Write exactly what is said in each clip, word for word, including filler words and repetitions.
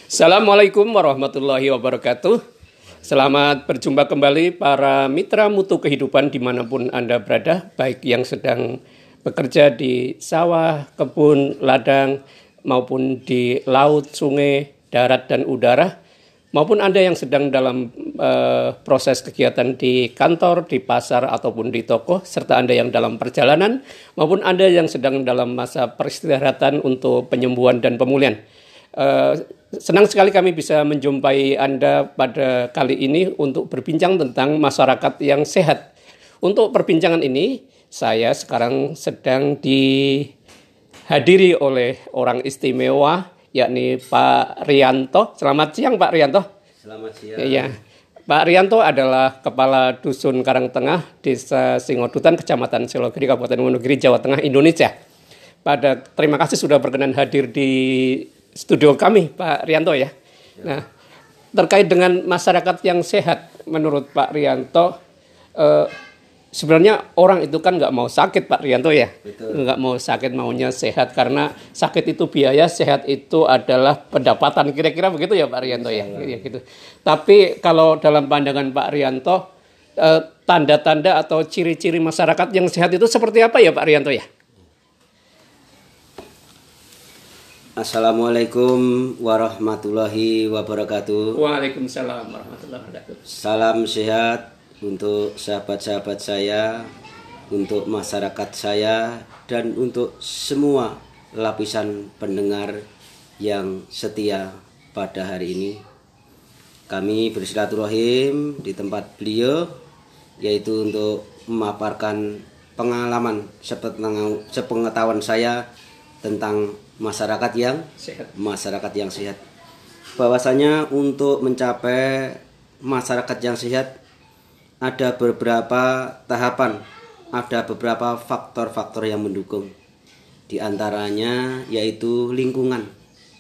Assalamualaikum warahmatullahi wabarakatuh. Selamat berjumpa kembali para mitra mutu kehidupan dimanapun Anda berada, baik yang sedang bekerja di sawah, kebun, ladang, maupun di laut, sungai, darat, dan udara, maupun Anda yang sedang dalam uh, proses kegiatan di kantor, di pasar, ataupun di toko, serta Anda yang dalam perjalanan, maupun Anda yang sedang dalam masa peristirahatan untuk penyembuhan dan pemulihan. Uh, senang sekali kami bisa menjumpai Anda pada kali ini untuk berbincang tentang masyarakat yang sehat. Untuk perbincangan ini, saya sekarang sedang dihadiri oleh orang istimewa, yakni Pak Rianto. Selamat siang Pak Rianto. Selamat siang. Ya, Pak Rianto adalah Kepala Dusun Karangtengah, Desa Singodutan, Kecamatan Selogiri, Kabupaten Wonogiri, Jawa Tengah, Indonesia. Pada terima kasih sudah berkenan hadir di studio kami, Pak Rianto ya. Nah, terkait dengan masyarakat yang sehat, menurut Pak Rianto, eh, sebenarnya orang itu kan nggak mau sakit, Pak Rianto ya. Betul. Nggak mau sakit, maunya sehat, karena sakit itu biaya, sehat itu adalah pendapatan. Kira-kira begitu ya Pak Rianto ya. Ya gitu. Tapi kalau dalam pandangan Pak Rianto, eh, tanda-tanda atau ciri-ciri masyarakat yang sehat itu seperti apa ya Pak Rianto ya? Assalamualaikum warahmatullahi wabarakatuh. Waalaikumsalam warahmatullahi wabarakatuh. Salam sehat untuk sahabat-sahabat saya, untuk masyarakat saya, dan untuk semua lapisan pendengar yang setia pada hari ini. Kami bersilaturahim di tempat beliau, yaitu untuk memaparkan pengalaman sepengetahuan saya tentang masyarakat yang sehat. Masyarakat yang sehat. Bahwasanya untuk mencapai masyarakat yang sehat ada beberapa tahapan, ada beberapa faktor-faktor yang mendukung. Di antaranya yaitu lingkungan.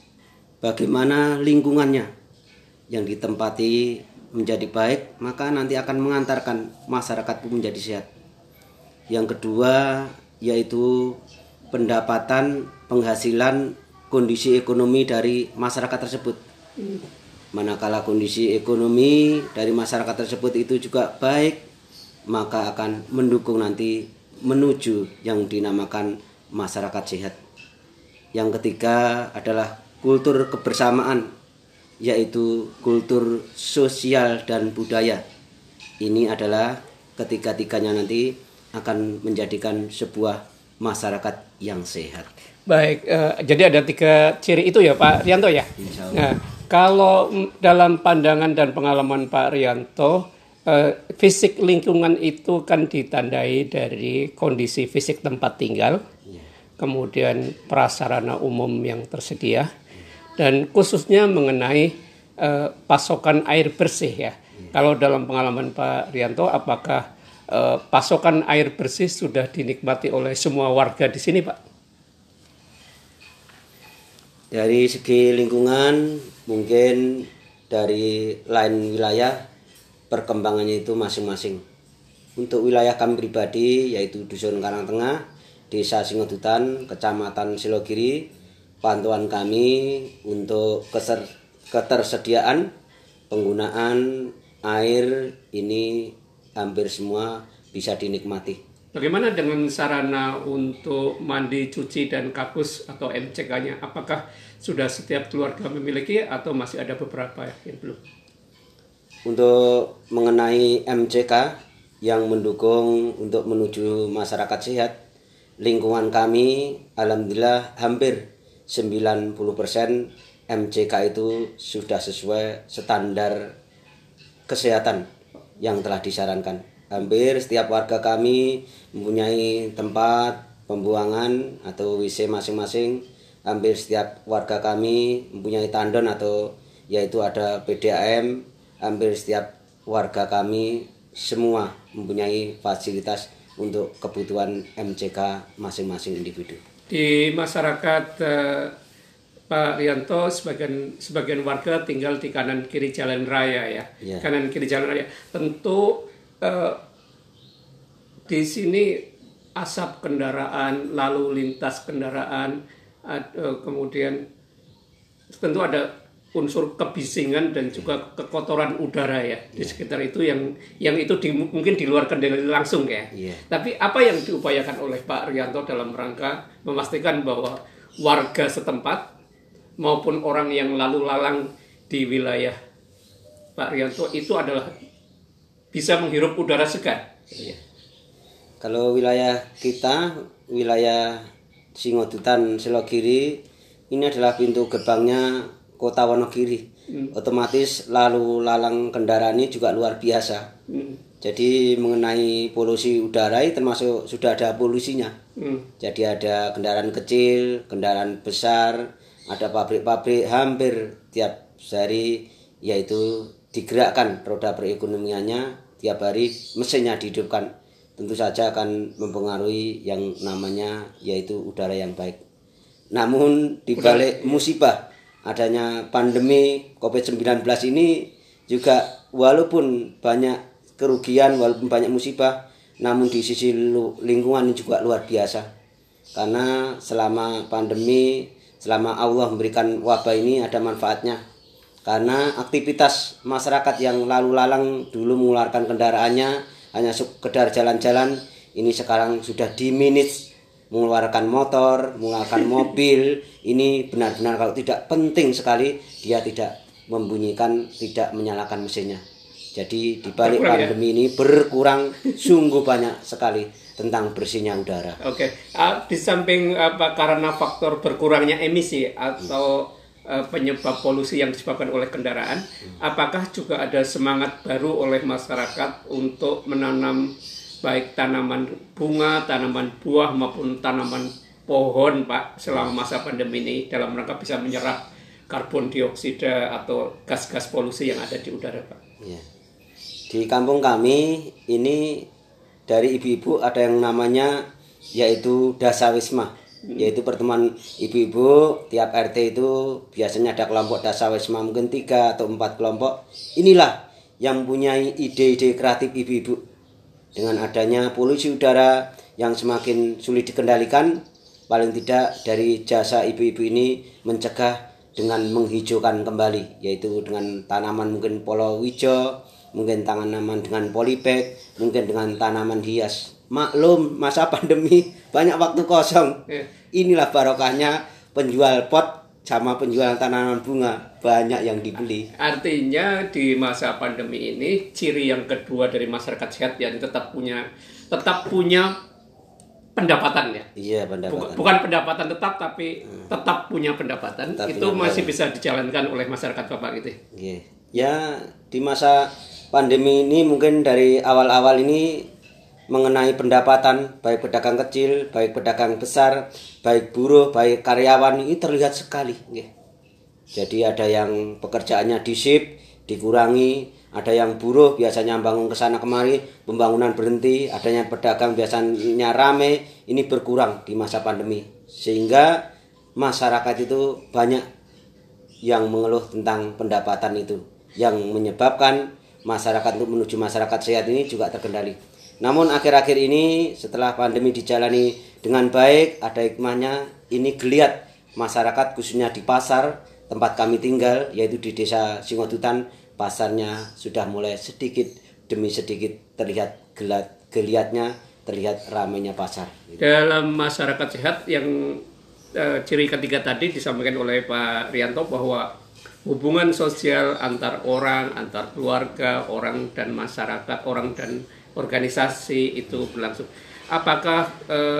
Bagaimana lingkungannya yang ditempati menjadi baik, maka nanti akan mengantarkan masyarakat pun menjadi sehat. Yang kedua yaitu pendapatan, penghasilan, kondisi ekonomi dari masyarakat tersebut. Manakala kondisi ekonomi dari masyarakat tersebut itu juga baik, maka akan mendukung nanti menuju yang dinamakan masyarakat sehat. Yang ketiga adalah kultur kebersamaan, yaitu kultur sosial dan budaya. Ini adalah ketiga-tiganya nanti akan menjadikan sebuah masyarakat yang sehat. Baik, eh, jadi ada tiga ciri itu ya Pak Rianto ya. Nah, kalau dalam pandangan dan pengalaman Pak Rianto, eh, fisik lingkungan itu kan ditandai dari kondisi fisik tempat tinggal, ya, kemudian prasarana umum yang tersedia, dan khususnya mengenai eh, pasokan air bersih ya. ya. Kalau dalam pengalaman Pak Rianto, apakah Uh, pasokan air bersih sudah dinikmati oleh semua warga di sini, Pak? Dari segi lingkungan, mungkin dari lain wilayah perkembangannya itu masing-masing. Untuk wilayah kami pribadi, yaitu Dusun Karangtengah, Desa Singodutan, Kecamatan Selogiri, pantauan kami untuk keser ketersediaan penggunaan air ini hampir semua bisa dinikmati. Bagaimana dengan sarana untuk mandi, cuci, dan kakus atau M C K-nya? Apakah sudah setiap keluarga memiliki atau masih ada beberapa yang belum? Untuk mengenai M C K yang mendukung untuk menuju masyarakat sehat, lingkungan kami alhamdulillah hampir sembilan puluh persen M C K itu sudah sesuai standar kesehatan yang telah disarankan. Hampir setiap warga kami mempunyai tempat pembuangan atau W C masing-masing. Hampir setiap warga kami mempunyai tandon atau yaitu ada P D A M. Hampir setiap warga kami semua mempunyai fasilitas untuk kebutuhan M C K masing-masing individu. Di masyarakat eh, Pak Rianto, sebagian sebagian warga tinggal di kanan kiri jalan raya ya, yeah. kanan kiri jalan raya. Tentu eh, di sini asap kendaraan, lalu lintas kendaraan, ad, eh, kemudian tentu ada unsur kebisingan dan juga kekotoran udara ya di sekitar itu yang yang itu di, mungkin di luar kendali langsung ya. Yeah. Tapi apa yang diupayakan oleh Pak Rianto dalam rangka memastikan bahwa warga setempat maupun orang yang lalu lalang di wilayah Pak Rianto itu adalah bisa menghirup udara segar? Yeah. Kalau wilayah kita, wilayah Singodutan Selogiri, ini adalah pintu gerbangnya Kota Wonogiri. Hmm. Otomatis lalu lalang kendaraan ini juga luar biasa. Hmm. Jadi mengenai polusi udara termasuk sudah ada polusinya. Hmm. Jadi ada kendaraan kecil, kendaraan besar, ada pabrik-pabrik hampir tiap hari yaitu digerakkan roda perekonomiannya tiap hari mesinnya dihidupkan. Tentu saja akan mempengaruhi yang namanya yaitu udara yang baik. Namun di balik musibah adanya pandemi covid sembilan belas ini juga walaupun banyak kerugian, walaupun banyak musibah, namun di sisi lingkungan juga luar biasa. Karena selama pandemi, selama Allah memberikan wabah ini ada manfaatnya. Karena aktivitas masyarakat yang lalu lalang dulu mengeluarkan kendaraannya hanya sekedar jalan-jalan, ini sekarang sudah diminit mengeluarkan motor, mengeluarkan mobil. Ini benar-benar kalau tidak penting sekali dia tidak membunyikan, tidak menyalakan mesinnya. Jadi di balik pandemi ya? Ini berkurang sungguh banyak sekali tentang bersihnya udara. Oke, uh, di samping apa karena faktor berkurangnya emisi atau uh, penyebab polusi yang disebabkan oleh kendaraan, hmm. apakah juga ada semangat baru oleh masyarakat untuk menanam baik tanaman bunga, tanaman buah maupun tanaman pohon, Pak, selama masa pandemi ini dalam rangka bisa menyerap karbon dioksida atau gas-gas polusi yang ada di udara, Pak? Ya. Di kampung kami ini dari ibu-ibu ada yang namanya yaitu Dasawisma, hmm. yaitu pertemuan ibu-ibu tiap R T itu biasanya ada kelompok Dasawisma mungkin tiga atau empat kelompok. Inilah yang mempunyai ide-ide kreatif ibu-ibu. Dengan adanya polusi udara yang semakin sulit dikendalikan, paling tidak dari jasa ibu-ibu ini mencegah dengan menghijaukan kembali, yaitu dengan tanaman mungkin palawija, mungkin tanaman dengan polybag, mungkin dengan tanaman hias. Maklum masa pandemi banyak waktu kosong. Inilah barokahnya penjual pot sama penjualan tanaman bunga, banyak yang dibeli. Artinya di masa pandemi ini ciri yang kedua dari masyarakat sehat yang tetap punya tetap punya pendapatan ya. Iya, pendapatan. Bukan, bukan pendapatan tetap tapi hmm. tetap punya pendapatan. Tetap itu punya masih pendapatan. Bisa dijalankan oleh masyarakat Bapak gitu. Iya. Ya, di masa pandemi ini mungkin dari awal-awal ini mengenai pendapatan baik pedagang kecil, baik pedagang besar, baik buruh, baik karyawan ini terlihat sekali. Jadi ada yang pekerjaannya disip, dikurangi, ada yang buruh biasanya bangun ke sana kemari, pembangunan berhenti, adanya pedagang biasanya rame, ini berkurang di masa pandemi. Sehingga masyarakat itu banyak yang mengeluh tentang pendapatan itu, yang menyebabkan masyarakat untuk menuju masyarakat sehat ini juga terkendali. Namun akhir-akhir ini setelah pandemi dijalani dengan baik, ada hikmahnya, ini geliat masyarakat khususnya di pasar tempat kami tinggal, yaitu di Desa Singodutan, pasarnya sudah mulai sedikit demi sedikit terlihat geliat, geliatnya, terlihat ramainya pasar. Dalam masyarakat sehat yang eh, ciri ketiga tadi disampaikan oleh Pak Rianto bahwa hubungan sosial antar orang, antar keluarga, orang dan masyarakat, orang dan organisasi itu berlangsung. Apakah eh,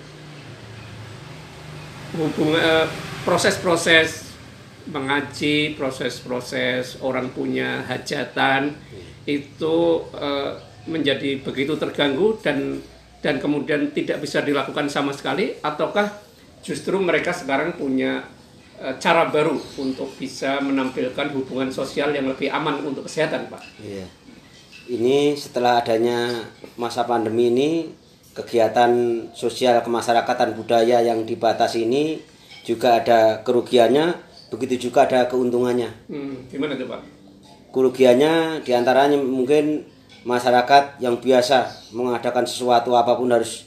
hubungan eh, proses-proses mengaji, proses-proses orang punya hajatan itu eh, menjadi begitu terganggu dan dan kemudian tidak bisa dilakukan sama sekali, ataukah justru mereka sekarang punya eh, cara baru untuk bisa menampilkan hubungan sosial yang lebih aman untuk kesehatan, Pak? Iya. Ini setelah adanya masa pandemi ini, kegiatan sosial kemasyarakatan budaya yang dibatasi ini juga ada kerugiannya, begitu juga ada keuntungannya. Hmm, gimana tuh, Pak? Kerugiannya diantaranya mungkin masyarakat yang biasa mengadakan sesuatu apapun harus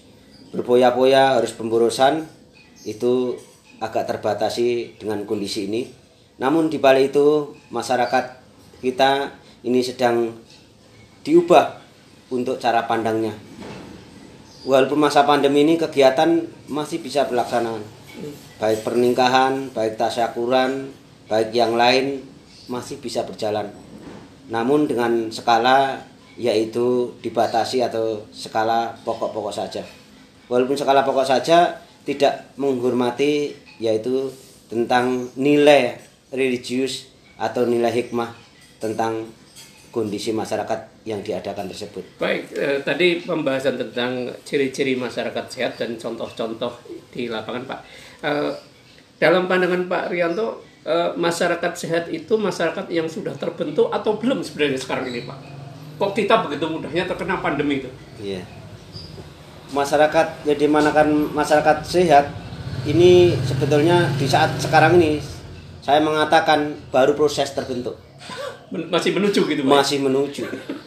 berpoya-poya, harus pemborosan, itu agak terbatasi dengan kondisi ini. Namun di balik itu masyarakat kita ini sedang diubah untuk cara pandangnya. Walaupun masa pandemi ini kegiatan masih bisa berlaksana, baik pernikahan, baik tasyakuran, baik yang lain masih bisa berjalan. Namun dengan skala yaitu dibatasi atau skala pokok-pokok saja. Walaupun skala pokok saja tidak menghormati yaitu tentang nilai religius atau nilai hikmah tentang kondisi masyarakat yang diadakan tersebut. Baik, eh, tadi pembahasan tentang ciri-ciri masyarakat sehat dan contoh-contoh di lapangan, Pak. Eh, dalam pandangan Pak Rianto, eh, masyarakat sehat itu masyarakat yang sudah terbentuk atau belum sebenarnya sekarang ini, Pak? Kok kita begitu mudahnya terkena pandemi itu? Iya. Masyarakat, jadi manakan masyarakat sehat ini sebetulnya di saat sekarang ini saya mengatakan baru proses terbentuk. Masih menuju gitu, Pak? Masih menuju.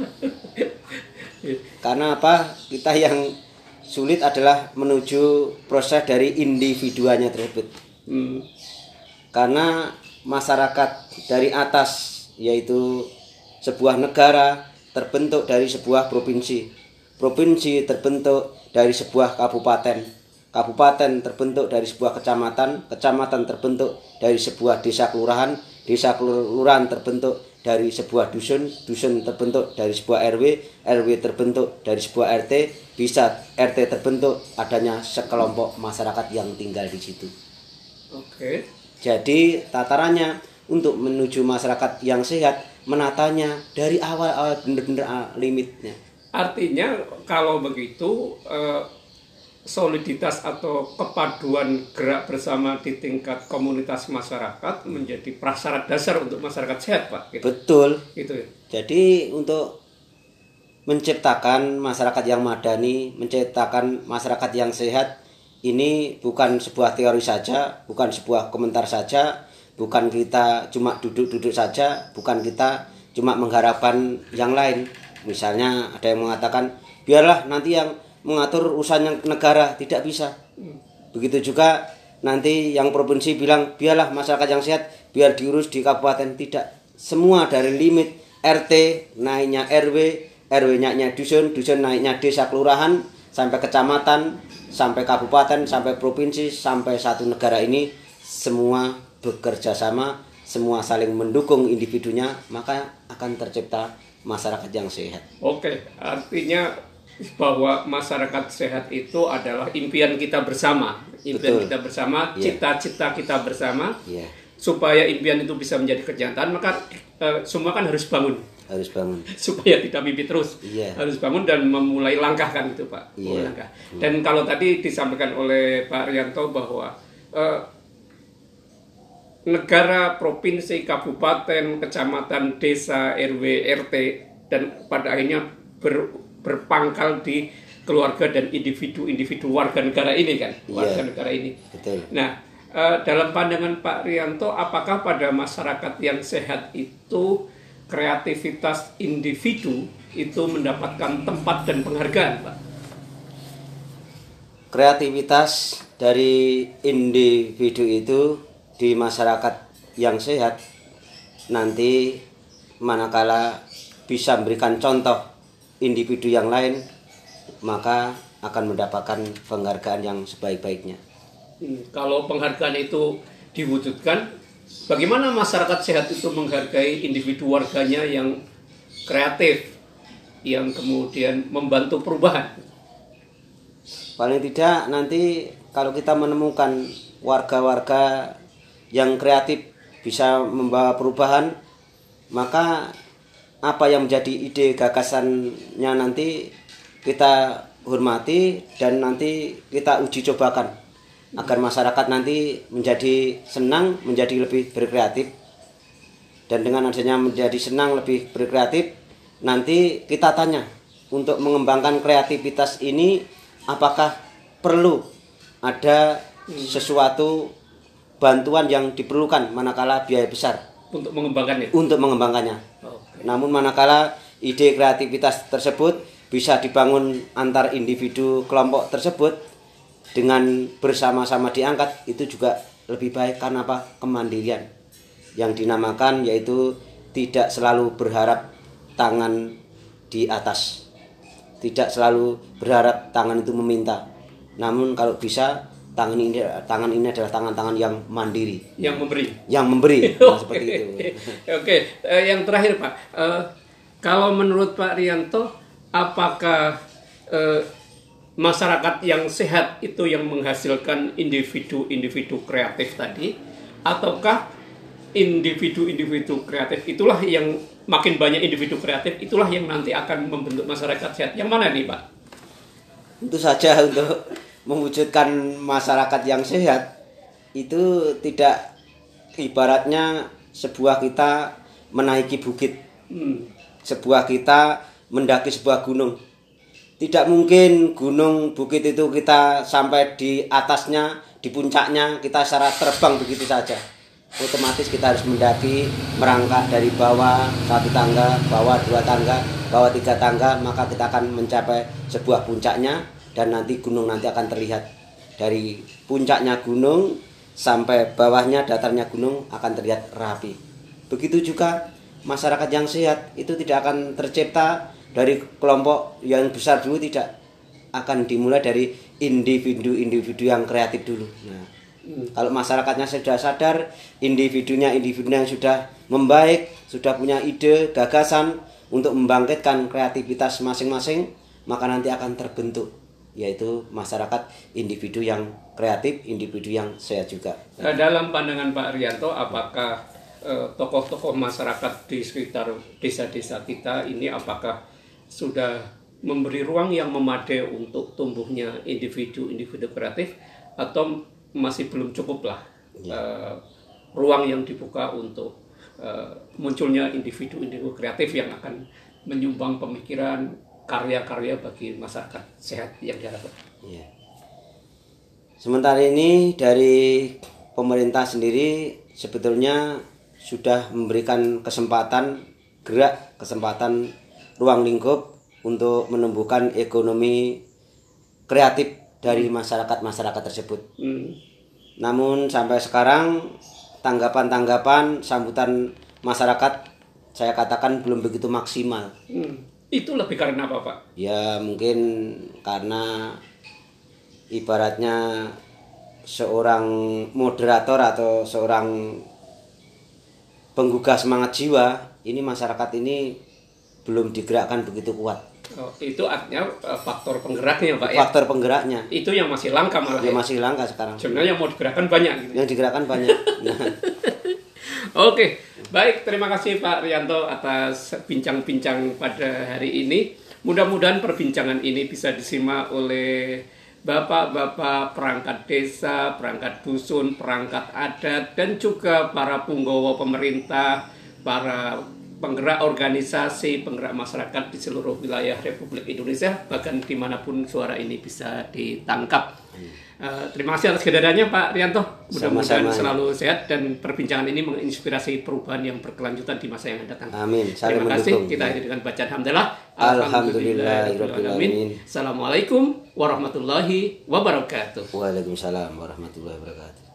Karena apa? Kita yang sulit adalah menuju proses dari individuanya tersebut. Hmm. Karena masyarakat dari atas yaitu sebuah negara terbentuk dari sebuah provinsi. Provinsi terbentuk dari sebuah kabupaten. Kabupaten terbentuk dari sebuah kecamatan. Kecamatan terbentuk dari sebuah desa kelurahan. Desa kelurahan terbentuk dari sebuah dusun, dusun terbentuk dari sebuah R W, R W terbentuk dari sebuah R T, bisa R T terbentuk adanya sekelompok masyarakat yang tinggal di situ. Oke. Jadi tatarannya untuk menuju masyarakat yang sehat, menatanya dari awal-awal benar-benar limitnya. Artinya kalau begitu eh, soliditas atau kepaduan gerak bersama di tingkat komunitas masyarakat menjadi prasyarat dasar untuk masyarakat sehat, Pak. Gitu. Betul. Gitu ya. Jadi untuk menciptakan masyarakat yang madani, menciptakan masyarakat yang sehat, ini bukan sebuah teori saja, bukan sebuah komentar saja, bukan kita cuma duduk-duduk saja, bukan kita cuma mengharapkan yang lain. Misalnya ada yang mengatakan, biarlah nanti yang mengatur urusan negara, tidak bisa. Begitu juga nanti yang provinsi bilang biarlah masyarakat yang sehat biar diurus di kabupaten, tidak. Semua dari limit R T naiknya R W, R W naiknya dusun, dusun naiknya desa kelurahan sampai kecamatan, sampai kabupaten, sampai provinsi, sampai satu negara ini semua bekerja sama, semua saling mendukung individunya, maka akan tercipta masyarakat yang sehat. Oke, artinya bahwa masyarakat sehat itu adalah impian kita bersama, impian Betul. kita bersama, yeah. cita-cita kita bersama, yeah. supaya impian itu bisa menjadi kenyataan, maka uh, semua kan harus bangun, harus bangun, supaya tidak mimpi terus, yeah. harus bangun dan memulai langkah kan itu, Pak, yeah. langkah. Dan kalau tadi disampaikan oleh Pak Rianto bahwa uh, negara, provinsi, kabupaten, kecamatan, desa, R W, R T, dan pada akhirnya ber berpangkal di keluarga dan individu-individu warga negara ini kan, warga yeah. negara ini. Betul. Nah, uh, dalam pandangan Pak Rianto, apakah pada masyarakat yang sehat itu kreativitas individu itu mendapatkan tempat dan penghargaan, Pak? Kreativitas dari individu itu di masyarakat yang sehat nanti manakala bisa memberikan contoh individu yang lain, maka akan mendapatkan penghargaan yang sebaik-baiknya. Hmm, kalau penghargaan itu diwujudkan, bagaimana masyarakat sehat itu menghargai individu warganya yang kreatif, yang kemudian membantu perubahan? Paling tidak nanti kalau kita menemukan warga-warga yang kreatif bisa membawa perubahan, maka apa yang menjadi ide gagasannya nanti kita hormati dan nanti kita uji cobakan agar masyarakat nanti menjadi senang, menjadi lebih berkreatif. Dan dengan adanya menjadi senang, lebih berkreatif, nanti kita tanya untuk mengembangkan kreativitas ini apakah perlu ada sesuatu bantuan yang diperlukan manakala biaya besar untuk mengembangkannya. Untuk mengembangkannya. Okay. Namun manakala ide kreativitas tersebut bisa dibangun antar individu kelompok tersebut dengan bersama-sama diangkat, itu juga lebih baik. Karena apa? Kemandirian. yang dinamakan yaitu tidak selalu berharap tangan di atas, tidak selalu berharap tangan itu meminta, namun kalau bisa tangan ini tangan ini adalah tangan-tangan yang mandiri, yang memberi, yang memberi. Nah, seperti itu. Oke, uh, yang terakhir Pak, uh, kalau menurut Pak Rianto, apakah uh, masyarakat yang sehat itu yang menghasilkan individu-individu kreatif tadi, ataukah individu-individu kreatif itulah yang makin banyak individu kreatif itulah yang nanti akan membentuk masyarakat sehat? Yang mana nih Pak? Tentu saja untuk mewujudkan masyarakat yang sehat itu tidak ibaratnya sebuah kita menaiki bukit, hmm. sebuah kita mendaki sebuah gunung. Tidak mungkin gunung bukit itu kita sampai di atasnya, di puncaknya kita secara terbang begitu saja. Otomatis kita harus mendaki, merangkak dari bawah satu tangga, bawah dua tangga, bawah tiga tangga, maka kita akan mencapai sebuah puncaknya, dan nanti gunung nanti akan terlihat. Dari puncaknya gunung sampai bawahnya datarnya gunung akan terlihat rapi. Begitu juga masyarakat yang sehat itu tidak akan tercipta dari kelompok yang besar dulu, tidak, akan dimulai dari individu-individu yang kreatif dulu. Nah, kalau masyarakatnya sudah sadar, individunya individunya yang sudah membaik, sudah punya ide, gagasan untuk membangkitkan kreativitas masing-masing, maka nanti akan terbentuk yaitu masyarakat individu yang kreatif, individu yang sehat juga. Dalam pandangan Pak Rianto, apakah eh, tokoh-tokoh masyarakat di sekitar desa-desa kita ini apakah sudah memberi ruang yang memadai untuk tumbuhnya individu-individu kreatif, atau masih belum cukup lah ya. uh, ruang yang dibuka untuk uh, munculnya individu-individu kreatif yang akan menyumbang pemikiran, karya-karya bagi masyarakat sehat yang diharapkan. Ya. Sementara ini dari pemerintah sendiri sebetulnya sudah memberikan kesempatan gerak, kesempatan ruang lingkup untuk menumbuhkan ekonomi kreatif dari masyarakat-masyarakat tersebut. Hmm. Namun sampai sekarang tanggapan-tanggapan sambutan masyarakat saya katakan belum begitu maksimal. Hmm. Itu lebih karena apa, Pak? Ya mungkin karena ibaratnya seorang moderator atau seorang penggugah semangat jiwa, ini masyarakat ini belum digerakkan begitu kuat. Oh, itu artinya uh, faktor penggeraknya Pak ya? Faktor penggeraknya. Itu yang masih langka malah ya? ya? Masih langka sekarang. Sebenarnya yang mau digerakkan banyak gitu. Yang digerakkan banyak. Nah. Oke, baik, terima kasih Pak Rianto atas bincang-bincang pada hari ini. Mudah-mudahan perbincangan ini bisa disimak oleh bapak-bapak perangkat desa, perangkat dusun, perangkat adat, dan juga para punggawa pemerintah, para penggerak organisasi, penggerak masyarakat di seluruh wilayah Republik Indonesia, bahkan dimanapun suara ini bisa ditangkap. Uh, terima kasih atas kehadirannya Pak Rianto. Mudah-mudahan selalu sehat dan perbincangan ini menginspirasi perubahan yang berkelanjutan di masa yang akan datang. Amin. Terima kasih. Kita akhiri dengan bacaan hamdalah. Alhamdulillahirobbilalamin. Assalamualaikum warahmatullahi wabarakatuh. Waalaikumsalam warahmatullahi wabarakatuh.